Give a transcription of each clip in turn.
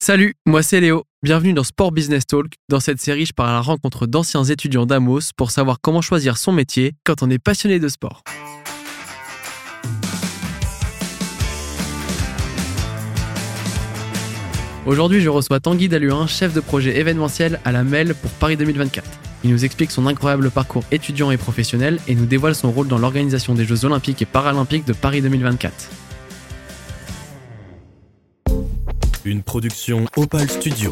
Salut, moi c'est Léo. Bienvenue dans Sport Business Talk. Dans cette série, je pars à la rencontre d'anciens étudiants d'Amos pour savoir comment choisir son métier quand on est passionné de sport. Aujourd'hui, je reçois Tanguy Daluin, chef de projet événementiel à la MEL pour Paris 2024. Il nous explique son incroyable parcours étudiant et professionnel et nous dévoile son rôle dans l'organisation des Jeux Olympiques et Paralympiques de Paris 2024. Une production Opal Studio.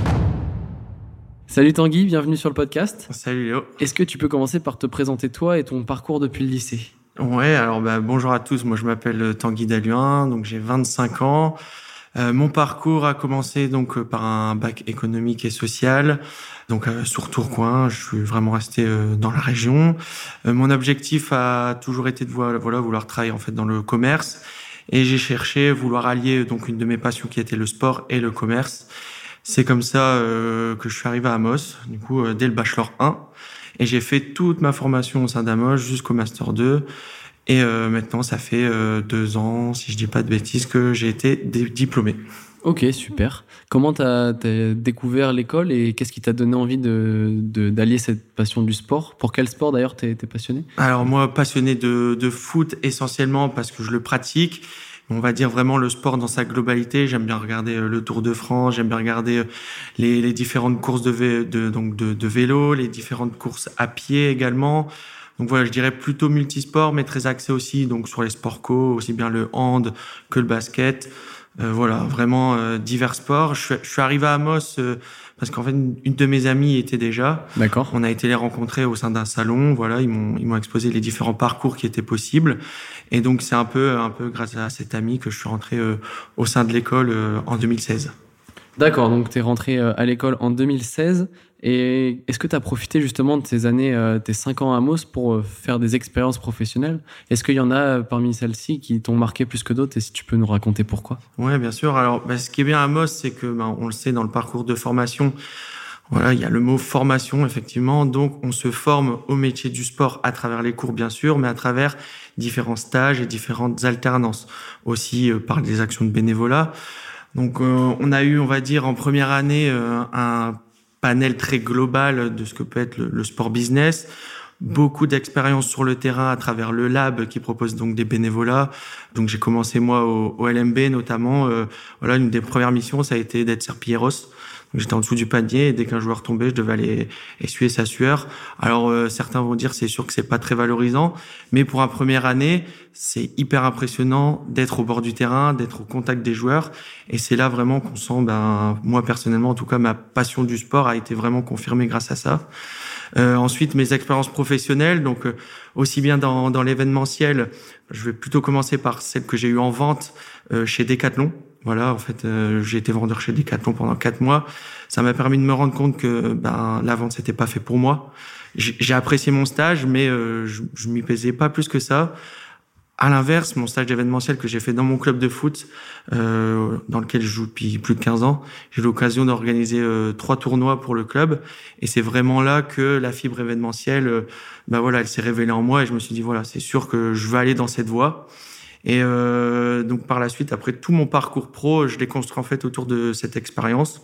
Salut Tanguy, bienvenue sur le podcast. Salut Léo. Est-ce que tu peux commencer par te présenter toi et ton parcours depuis le lycée ? Ouais, alors bonjour à tous. Moi, je m'appelle Tanguy Daluin, donc j'ai 25 ans. Mon parcours a commencé donc par un bac économique et social, donc sur Tourcoing. Je suis vraiment resté dans la région. Mon objectif a toujours été de vouloir travailler en fait dans le commerce, et j'ai cherché vouloir allier donc une de mes passions qui était le sport et le commerce. C'est comme ça que je suis arrivé à Amos, du coup dès le bachelor 1, et j'ai fait toute ma formation au sein d'Amos jusqu'au master 2. Et maintenant, ça fait 2 ans, si je dis pas de bêtises, que j'ai été diplômé. Ok, super. Comment t'as découvert l'école et qu'est-ce qui t'a donné envie d'allier cette passion du sport ? Pour quel sport d'ailleurs t'es passionné ? Alors moi, passionné de foot essentiellement parce que je le pratique. On va dire vraiment le sport dans sa globalité. J'aime bien regarder le Tour de France, j'aime bien regarder les différentes courses de vélo, les différentes courses à pied également. Donc voilà, je dirais plutôt multisport, mais très axé aussi donc sur les sports co, aussi bien le hand que le basket. Voilà, vraiment divers sports. Je suis arrivé à Amos parce qu'en fait une de mes amies était déjà. D'accord. On a été les rencontrer au sein d'un salon. Voilà, ils m'ont exposé les différents parcours qui étaient possibles. Et donc c'est un peu grâce à cette amie que je suis rentré au sein de l'école en 2016. D'accord, donc tu es rentré à l'école en 2016. Et est-ce que tu as profité justement de ces années, tes 5 ans à Amos pour faire des expériences professionnelles ? Est-ce qu'il y en a parmi celles-ci qui t'ont marqué plus que d'autres ? Et si tu peux nous raconter pourquoi ? Ouais, bien sûr. Alors, ce qui est bien à Amos, c'est que, on le sait dans le parcours de formation, voilà, il y a le mot formation, effectivement. Donc, on se forme au métier du sport à travers les cours, bien sûr, mais à travers différents stages et différentes alternances. Aussi, par des actions de bénévolat. Donc, on a eu, on va dire, en première année, un panel très global de ce que peut être le sport business. Beaucoup d'expériences sur le terrain à travers le lab qui propose donc des bénévolats. Donc, j'ai commencé, moi, au LMB, notamment. Voilà, une des premières missions, ça a été d'être serpilleros. Donc, j'étais en dessous du panier et dès qu'un joueur tombait, je devais aller essuyer sa sueur. Alors, certains vont dire, c'est sûr que c'est pas très valorisant, mais pour une première année, c'est hyper impressionnant d'être au bord du terrain, d'être au contact des joueurs. Et c'est là vraiment qu'on sent, moi personnellement, en tout cas, ma passion du sport a été vraiment confirmée grâce à ça. Ensuite, mes expériences professionnelles, donc aussi bien dans l'événementiel, je vais plutôt commencer par celle que j'ai eue en vente chez Decathlon. Voilà, en fait, j'ai été vendeur chez Decathlon pendant 4 mois. Ça m'a permis de me rendre compte que la vente, c'était pas fait pour moi. J'ai apprécié mon stage, mais je m'y plaisais pas plus que ça. À l'inverse, mon stage d'événementiel que j'ai fait dans mon club de foot, dans lequel je joue depuis plus de 15 ans, j'ai eu l'occasion d'organiser 3 tournois pour le club. Et c'est vraiment là que la fibre événementielle, elle s'est révélée en moi. Et je me suis dit, voilà, c'est sûr que je veux aller dans cette voie. Et donc par la suite, après tout mon parcours pro, je l'ai construit en fait autour de cette expérience.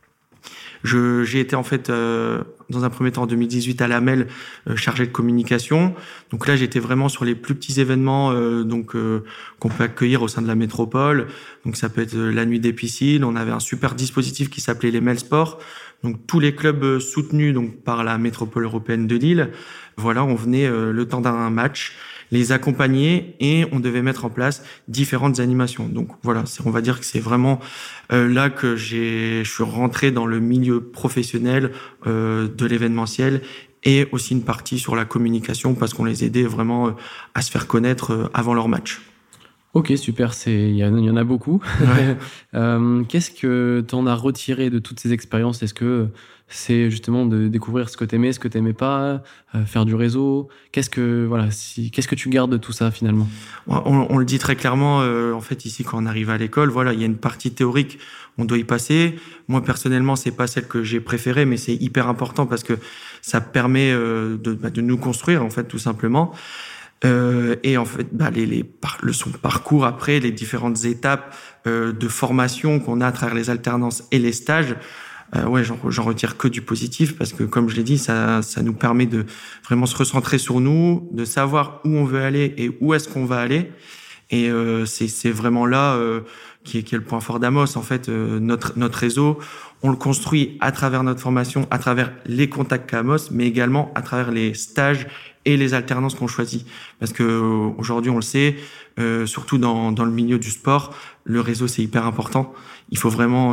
J'ai été en fait dans un premier temps en 2018 à la MEL chargé de communication. Donc là, j'étais vraiment sur les plus petits événements qu'on peut accueillir au sein de la métropole. Donc ça peut être la nuit des piscines. On avait un super dispositif qui s'appelait les MEL Sports. Donc tous les clubs soutenus donc par la métropole européenne de Lille. Voilà, on venait le temps d'un match les accompagner et on devait mettre en place différentes animations. Donc voilà, on va dire que c'est vraiment là que je suis rentré dans le milieu professionnel de l'événementiel et aussi une partie sur la communication parce qu'on les aidait vraiment à se faire connaître avant leur match. Ok, super, il y en a beaucoup. Ouais. Qu'est-ce que tu en as retiré de toutes ces expériences ? Est-ce que c'est justement de découvrir ce que t'aimais, ce que t'aimais pas, faire du réseau ? Qu'est-ce que tu gardes de tout ça finalement ? On le dit très clairement, en fait ici quand on arrive à l'école, voilà, il y a une partie théorique, on doit y passer. Moi personnellement, c'est pas celle que j'ai préférée, mais c'est hyper important parce que ça permet de nous construire en fait tout simplement. Et en fait, son parcours après, les différentes étapes de formation qu'on a à travers les alternances et les stages, j'en retire que du positif parce que, comme je l'ai dit, ça nous permet de vraiment se recentrer sur nous, de savoir où on veut aller et où est-ce qu'on va aller. Et c'est vraiment là qui est le point fort d'Amos. En fait, notre réseau, on le construit à travers notre formation, à travers les contacts qu'a Amos, mais également à travers les stages et les alternances qu'on choisit. Parce que aujourd'hui, on le sait, surtout dans le milieu du sport, le réseau, c'est hyper important. Il faut vraiment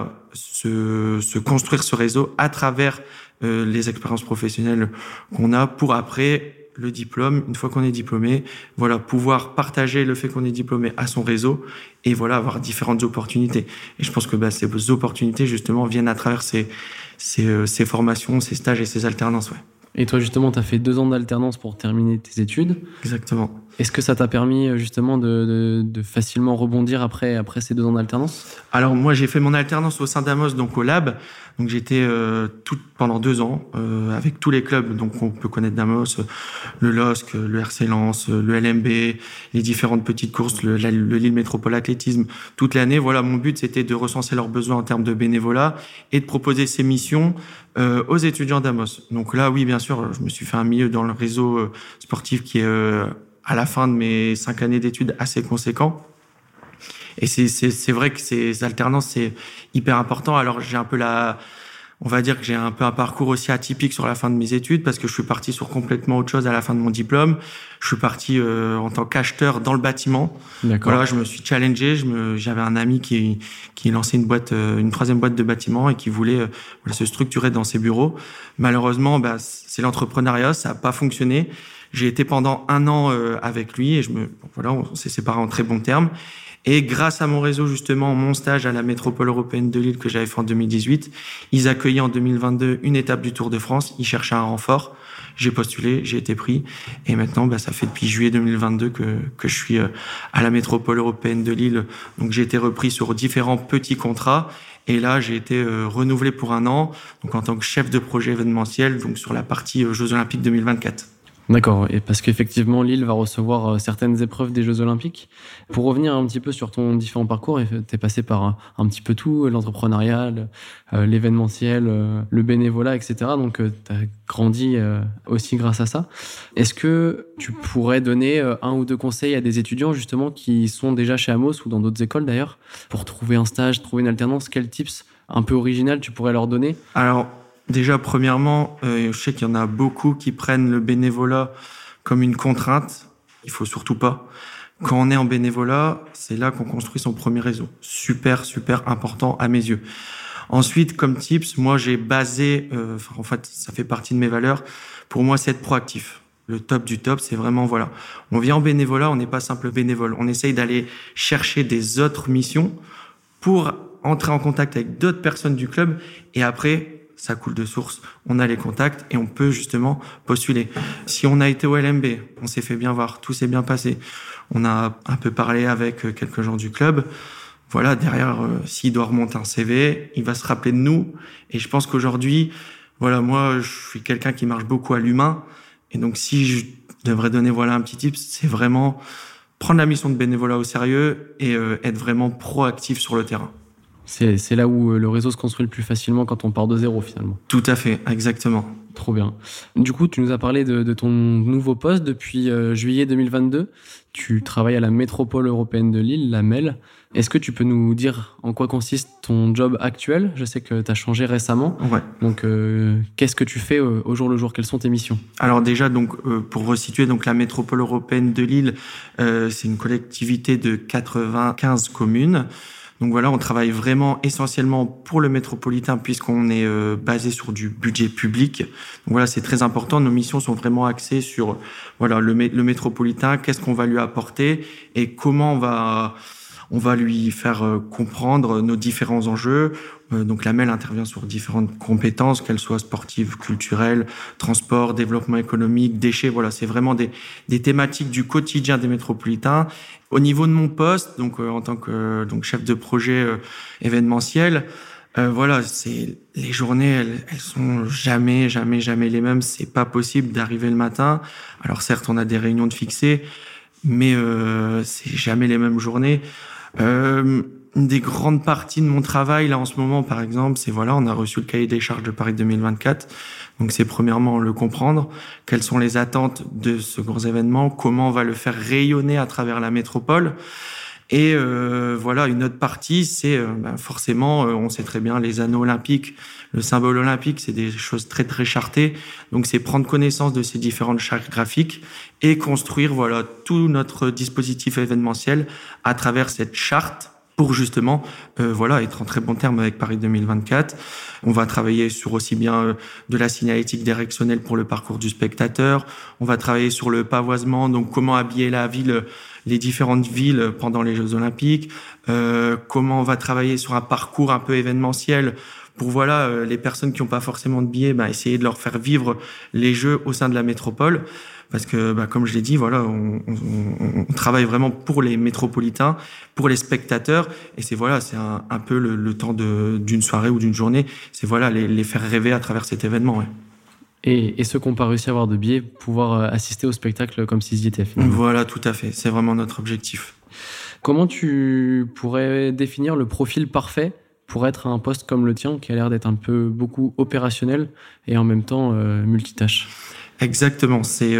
se construire ce réseau à travers les expériences professionnelles qu'on a pour après le diplôme, une fois qu'on est diplômé, pouvoir partager le fait qu'on est diplômé à son réseau et avoir différentes opportunités. Et je pense que ces opportunités, justement, viennent à travers ces formations, ces stages et ces alternances, ouais. Et toi, justement, tu as fait 2 ans d'alternance pour terminer tes études. Exactement. Est-ce que ça t'a permis, justement, de facilement rebondir après ces 2 ans d'alternance ? Alors, moi, j'ai fait mon alternance au sein d'Amos, donc au Lab. Donc, j'étais pendant 2 ans avec tous les clubs donc on peut connaître d'Amos, le LOSC, le RC Lens, le LMB, les différentes petites courses, le Lille Métropole Athlétisme. Toute l'année, mon but, c'était de recenser leurs besoins en termes de bénévolat et de proposer ces missions aux étudiants d'Amos. Donc là, oui, bien sûr, je me suis fait un milieu dans le réseau sportif qui est à la fin de mes 5 années d'études assez conséquent. Et c'est vrai que ces alternances, c'est hyper important. Alors, on va dire que j'ai un peu un parcours aussi atypique sur la fin de mes études parce que je suis parti sur complètement autre chose à la fin de mon diplôme. Je suis parti en tant qu'acheteur dans le bâtiment. D'accord. Voilà, je me suis challengé. J'avais un ami qui lançait une 3e boîte de bâtiment et qui voulait se structurer dans ses bureaux. Malheureusement, c'est l'entrepreneuriat, ça n'a pas fonctionné. J'ai été pendant 1 an avec lui et on s'est séparés en très bons termes. Et grâce à mon réseau, justement, mon stage à la Métropole Européenne de Lille que j'avais fait en 2018, ils accueillaient en 2022 une étape du Tour de France. Ils cherchaient un renfort. J'ai postulé, j'ai été pris. Et maintenant, ça fait depuis juillet 2022 que je suis à la Métropole Européenne de Lille. Donc, j'ai été repris sur différents petits contrats. Et là, j'ai été renouvelé pour 1 an, donc en tant que chef de projet événementiel, donc sur la partie Jeux Olympiques 2024. D'accord, et parce qu'effectivement, Lille va recevoir certaines épreuves des Jeux Olympiques. Pour revenir un petit peu sur ton différent parcours, tu es passé par un petit peu tout, l'entrepreneuriat, l'événementiel, le bénévolat, etc. Donc, tu as grandi aussi grâce à ça. Est-ce que tu pourrais donner 1 ou 2 conseils à des étudiants, justement, qui sont déjà chez Amos ou dans d'autres écoles, d'ailleurs, pour trouver un stage, trouver une alternance? Quels tips un peu original tu pourrais leur donner? Alors, déjà, premièrement, je sais qu'il y en a beaucoup qui prennent le bénévolat comme une contrainte. Il faut surtout pas. Quand on est en bénévolat, c'est là qu'on construit son premier réseau. Super, super important à mes yeux. Ensuite, comme tips, moi, j'ai basé, en fait, ça fait partie de mes valeurs. Pour moi, c'est être proactif. Le top du top, c'est vraiment, on vient en bénévolat, on n'est pas simple bénévole. On essaye d'aller chercher des autres missions pour entrer en contact avec d'autres personnes du club et après, ça coule de source. On a les contacts et on peut justement postuler. Si on a été au LMB, on s'est fait bien voir, tout s'est bien passé. On a un peu parlé avec quelques gens du club. Derrière, s'il doit remonter un CV, il va se rappeler de nous. Et je pense qu'aujourd'hui, moi, je suis quelqu'un qui marche beaucoup à l'humain. Et donc, si je devrais donner un petit tip, c'est vraiment prendre la mission de bénévolat au sérieux et être vraiment proactif sur le terrain. C'est là où le réseau se construit le plus facilement quand on part de zéro, finalement. Tout à fait, exactement. Trop bien. Du coup, tu nous as parlé de ton nouveau poste depuis juillet 2022. Tu travailles à la Métropole Européenne de Lille, la MEL. Est-ce que tu peux nous dire en quoi consiste ton job actuel ? Je sais que tu as changé récemment. Ouais. Donc, qu'est-ce que tu fais au jour le jour ? Quelles sont tes missions ? Alors déjà, pour resituer, la Métropole Européenne de Lille, c'est une collectivité de 95 communes. Donc on travaille vraiment essentiellement pour le métropolitain puisqu'on est basé sur du budget public. Donc c'est très important. Nos missions sont vraiment axées sur le métropolitain, qu'est-ce qu'on va lui apporter et comment on va lui faire comprendre nos différents enjeux. Donc la MEL intervient sur différentes compétences, qu'elles soient sportives, culturelles, transport, développement économique, déchets. C'est vraiment des thématiques du quotidien des métropolitains. Au niveau de mon poste, en tant que chef de projet événementiel, Voilà, les journées, elles sont jamais les mêmes. C'est pas possible d'arriver le matin. Alors certes, on a des réunions de fixées, mais c'est jamais les mêmes journées. Une des grandes parties de mon travail là en ce moment, par exemple, c'est on a reçu le cahier des charges de Paris 2024. Donc c'est premièrement le comprendre, quelles sont les attentes de ce grand événement, comment on va le faire rayonner à travers la métropole. Et une autre partie, c'est forcément, on sait très bien, les anneaux olympiques, le symbole olympique, c'est des choses très très chartées. Donc c'est prendre connaissance de ces différentes chartes graphiques et construire tout notre dispositif événementiel à travers cette charte pour justement être en très bon terme avec Paris 2024. On va travailler sur aussi bien de la signalétique directionnelle pour le parcours du spectateur. On va travailler sur le pavoisement, donc comment habiller la ville, les différentes villes pendant les Jeux Olympiques. Comment on va travailler sur un parcours un peu événementiel pour les personnes qui n'ont pas forcément de billets, essayer de leur faire vivre les Jeux au sein de la métropole. Parce que, comme je l'ai dit, on travaille vraiment pour les métropolitains, pour les spectateurs, et c'est un peu le temps d'une soirée ou d'une journée, c'est les faire rêver à travers cet événement. Ouais. Et ceux qui n'ont pas réussi à avoir de billets, pouvoir assister au spectacle comme s'ils y étaient. Finalement. Voilà, tout à fait. C'est vraiment notre objectif. Comment tu pourrais définir le profil parfait pour être à un poste comme le tien, qui a l'air d'être beaucoup opérationnel et en même temps multitâche? Exactement, tu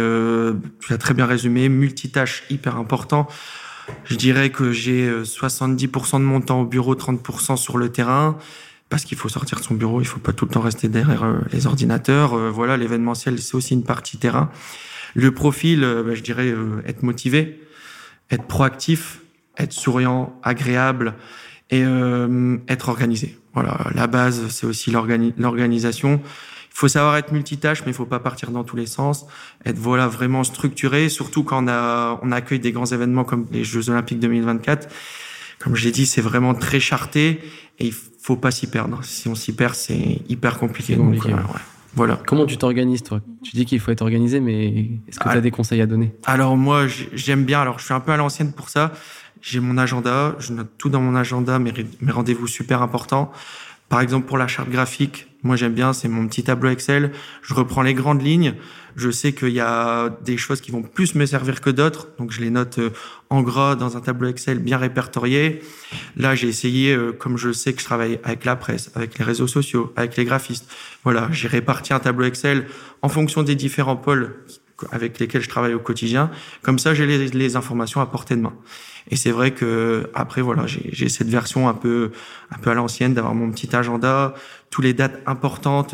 as très bien résumé, multitâche hyper important. Je dirais que j'ai 70% de mon temps au bureau, 30% sur le terrain, parce qu'il faut sortir de son bureau, il faut pas tout le temps rester derrière les ordinateurs. L'événementiel, c'est aussi une partie terrain. Le profil, je dirais être motivé, être proactif, être souriant, agréable et être organisé. Voilà, la base, c'est aussi l'organisation. Il faut savoir être multitâche, mais il faut pas partir dans tous les sens. Être vraiment structuré, surtout quand on accueille des grands événements comme les Jeux Olympiques 2024. Comme je l'ai dit, c'est vraiment très charté et il faut pas s'y perdre. Si on s'y perd, c'est hyper compliqué. Donc, voilà. Comment tu t'organises, toi? Tu dis qu'il faut être organisé, mais est-ce que tu as des conseils à donner? Alors moi, j'aime bien. Alors je suis un peu à l'ancienne pour ça. J'ai mon agenda, je note tout dans mon agenda, mes rendez-vous super importants. Par exemple, pour la charte graphique, moi j'aime bien, c'est mon petit tableau Excel. Je reprends les grandes lignes. Je sais qu'il y a des choses qui vont plus me servir que d'autres, donc je les note en gras dans un tableau Excel bien répertorié. Là, j'ai essayé, comme je sais que je travaille avec la presse, avec les réseaux sociaux, avec les graphistes. Voilà, j'ai réparti un tableau Excel en fonction des différents pôles avec lesquels je travaille au quotidien. Comme ça, j'ai les informations à portée de main. Et c'est vrai que après j'ai cette version un peu à l'ancienne d'avoir mon petit agenda, tous les dates importantes,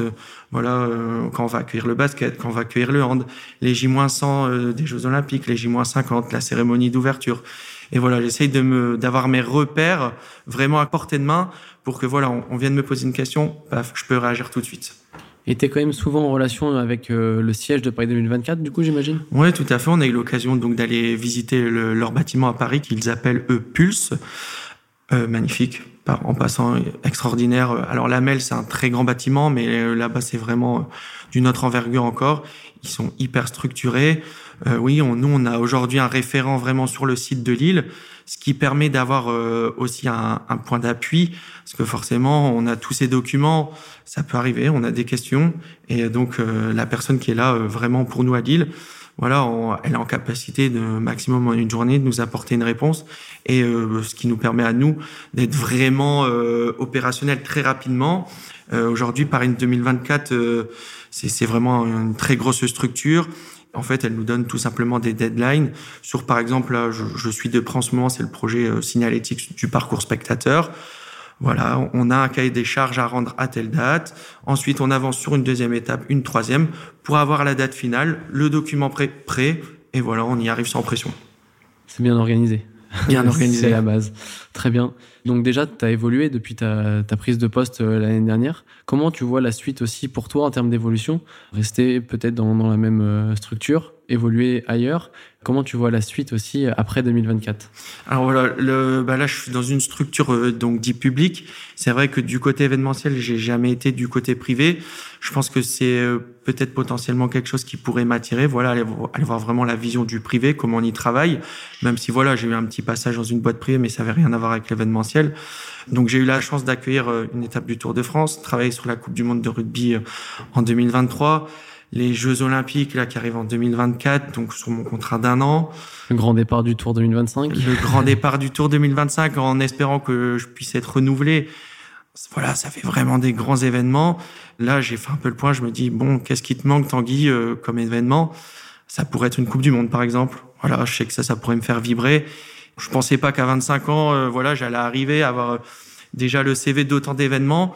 quand on va accueillir le basket, quand on va accueillir le hand, les J-100 des Jeux Olympiques, les J-50, la cérémonie d'ouverture. Et j'essaye d'avoir mes repères vraiment à portée de main pour que on vienne me poser une question, paf, je peux réagir tout de suite. Et tu es quand même souvent en relation avec le siège de Paris 2024, du coup, j'imagine? Oui, tout à fait. On a eu l'occasion donc d'aller visiter leur bâtiment à Paris qu'ils appellent Pulse. Magnifique, en passant, extraordinaire. Alors la MEL, c'est un très grand bâtiment, mais là-bas, c'est vraiment d'une autre envergure encore. Ils sont hyper structurés. Nous, on a aujourd'hui un référent vraiment sur le site de Lille, ce qui permet d'avoir aussi un point d'appui, parce que forcément, on a tous ces documents, ça peut arriver, on a des questions, et donc la personne qui est là vraiment pour nous à Lille, elle est en capacité de maximum en une journée de nous apporter une réponse, et ce qui nous permet à nous d'être vraiment opérationnel très rapidement. Aujourd'hui, Paris 2024, c'est vraiment une très grosse structure. En fait, elle nous donne tout simplement des deadlines sur, par exemple, là, je suis de près en ce moment, c'est le projet signalétique du parcours spectateur. Voilà, on a un cahier des charges à rendre à telle date. Ensuite, on avance sur une deuxième étape, une troisième, pour avoir la date finale, le document prêt, et on y arrive sans pression. C'est bien organisé. Bien organisé. C'est la base. Très bien. Donc déjà, tu as évolué depuis ta prise de poste l'année dernière. Comment tu vois la suite aussi pour toi en termes d'évolution? Rester peut-être dans la même structure évoluer ailleurs. Comment tu vois la suite aussi après 2024? Alors voilà, là je suis dans une structure donc dite publique. C'est vrai que du côté événementiel, j'ai jamais été du côté privé. Je pense que c'est peut-être potentiellement quelque chose qui pourrait m'attirer. Voilà, aller voir vraiment la vision du privé, comment on y travaille. Même si voilà, j'ai eu un petit passage dans une boîte privée, mais ça avait rien à voir avec l'événementiel. Donc j'ai eu la chance d'accueillir une étape du Tour de France, travailler sur la Coupe du Monde de rugby en 2023. Les Jeux Olympiques là qui arrivent en 2024, donc sur mon contrat d'1 an. Le grand départ du Tour 2025. Le grand départ du Tour 2025, en espérant que je puisse être renouvelé. Voilà, ça fait vraiment des grands événements. Là, j'ai fait un peu le point. Je me dis bon, qu'est-ce qui te manque, Tanguy, comme événement? Ça pourrait être une Coupe du Monde, par exemple. Voilà, je sais que ça pourrait me faire vibrer. Je pensais pas qu'à 25 ans, j'allais arriver à avoir déjà le CV d'autant d'événements.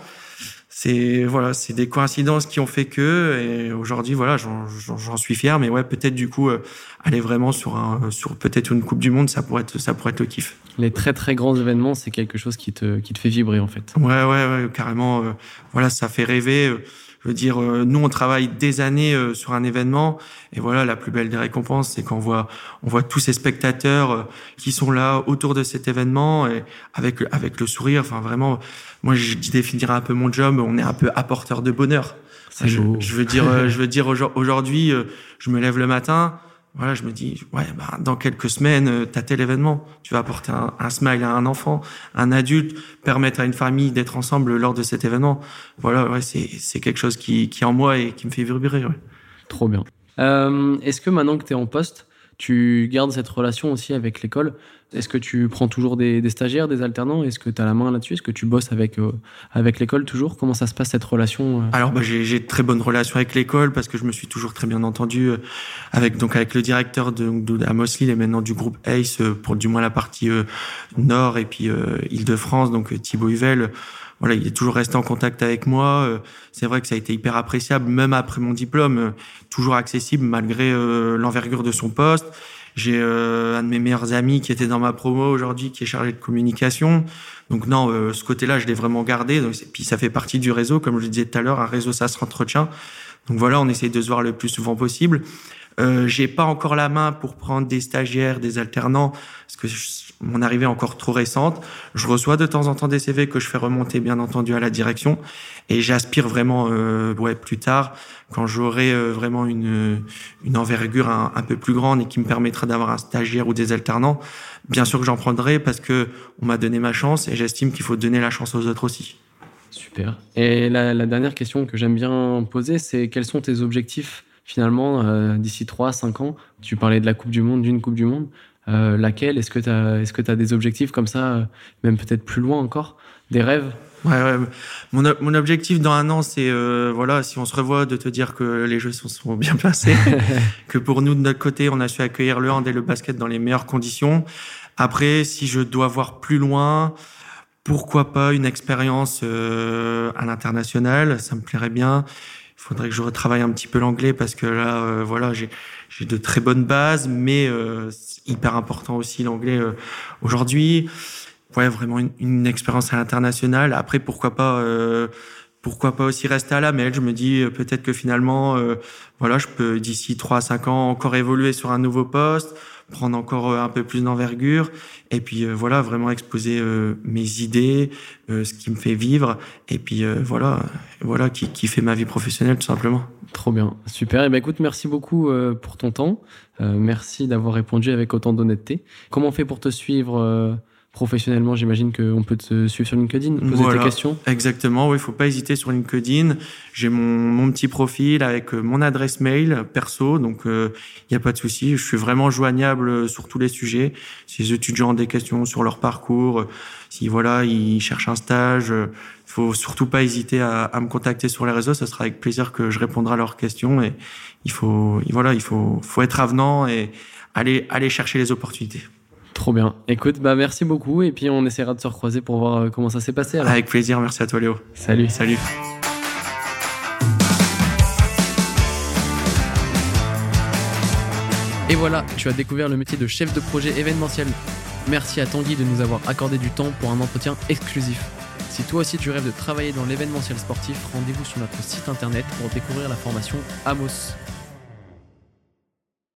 C'est des coïncidences qui ont fait que, et aujourd'hui j'en suis fier, mais ouais, peut-être du coup aller vraiment sur peut-être une Coupe du Monde, ça pourrait être le kiff. Les très très grands événements, c'est quelque chose qui te fait vibrer en fait. Ouais, carrément. Ça fait rêver. Je veux dire, nous on travaille des années sur un événement, et voilà, la plus belle des récompenses, c'est qu'on voit tous ces spectateurs qui sont là autour de cet événement, et avec le sourire. Enfin vraiment, moi je définirais un peu mon job. On est un peu apporteur de bonheur. Je veux dire aujourd'hui, je me lève le matin. Voilà, je me dis, dans quelques semaines, t'as tel événement. Tu vas apporter un smile à un enfant, un adulte, permettre à une famille d'être ensemble lors de cet événement. Voilà, c'est quelque chose qui est en moi et qui me fait vibrer. Ouais. Trop bien. Est-ce que maintenant que t'es en poste, tu gardes cette relation aussi avec l'école? Est-ce que tu prends toujours des stagiaires, des alternants? Est-ce que tu as la main là-dessus? Est-ce que tu bosses avec l'école toujours? Comment ça se passe cette relation? Alors j'ai de très bonnes relations avec l'école parce que je me suis toujours très bien entendu avec le directeur de Amos Lille et maintenant du groupe ACE pour du moins la partie nord et puis Île-de-France, donc Thibaut Huvel. Voilà, il est toujours resté en contact avec moi. C'est vrai que ça a été hyper appréciable, même après mon diplôme, toujours accessible malgré l'envergure de son poste. J'ai un de mes meilleurs amis qui était dans ma promo aujourd'hui, qui est chargé de communication. Donc non, ce côté-là, je l'ai vraiment gardé. Donc, puis ça fait partie du réseau, comme je le disais tout à l'heure, un réseau, ça se entretient. Donc voilà, on essaye de se voir le plus souvent possible. J'ai pas encore la main pour prendre des stagiaires, des alternants, parce que mon arrivée est encore trop récente. Je reçois de temps en temps des CV que je fais remonter, bien entendu, à la direction. Et j'aspire vraiment, plus tard, quand j'aurai vraiment une envergure un peu plus grande et qui me permettra d'avoir un stagiaire ou des alternants, bien sûr que j'en prendrai parce que on m'a donné ma chance et j'estime qu'il faut donner la chance aux autres aussi. Super. Et la dernière question que j'aime bien poser, c'est quels sont tes objectifs finalement d'ici 3-5 ans? Tu parlais de la Coupe du Monde, d'une Coupe du Monde. Laquelle? Est-ce que t'as des objectifs comme ça, même peut-être plus loin encore, des rêves? Ouais. Mon objectif dans 1 an, c'est si on se revoit, de te dire que les jeux sont bien passés, que pour nous de notre côté, on a su accueillir le hand et le basket dans les meilleures conditions. Après, si je dois voir plus loin, pourquoi pas une expérience à l'international, ça me plairait bien. Il faudrait que je retravaille un petit peu l'anglais parce que là, j'ai de très bonnes bases, mais c'est hyper important aussi l'anglais aujourd'hui. Ouais, vraiment une expérience à l'international. Après, pourquoi pas aussi rester à la MEL. Je me dis peut-être que finalement, je peux d'ici 3-5 ans encore évoluer sur un nouveau poste, prendre encore un peu plus d'envergure, et puis vraiment exposer mes idées, ce qui me fait vivre, et puis qui fait ma vie professionnelle tout simplement. Trop bien, super. Et écoute, merci beaucoup pour ton temps. Merci d'avoir répondu avec autant d'honnêteté. Comment on fait pour te suivre professionnellement? J'imagine qu'on peut te suivre sur LinkedIn, poser tes questions. Exactement, oui, faut pas hésiter sur LinkedIn. J'ai mon petit profil avec mon adresse mail perso, donc y a pas de souci. Je suis vraiment joignable sur tous les sujets. Si les étudiants ont des questions sur leur parcours, si ils cherchent un stage, faut surtout pas hésiter à me contacter sur les réseaux. Ce sera avec plaisir que je répondrai à leurs questions. Et il faut être avenant et aller chercher les opportunités. Trop bien. Écoute, merci beaucoup et puis on essaiera de se recroiser pour voir comment ça s'est passé. Alors. Avec plaisir, merci à toi Léo. Salut. Et voilà, tu as découvert le métier de chef de projet événementiel. Merci à Tanguy de nous avoir accordé du temps pour un entretien exclusif. Si toi aussi tu rêves de travailler dans l'événementiel sportif, rendez-vous sur notre site internet pour découvrir la formation Amos.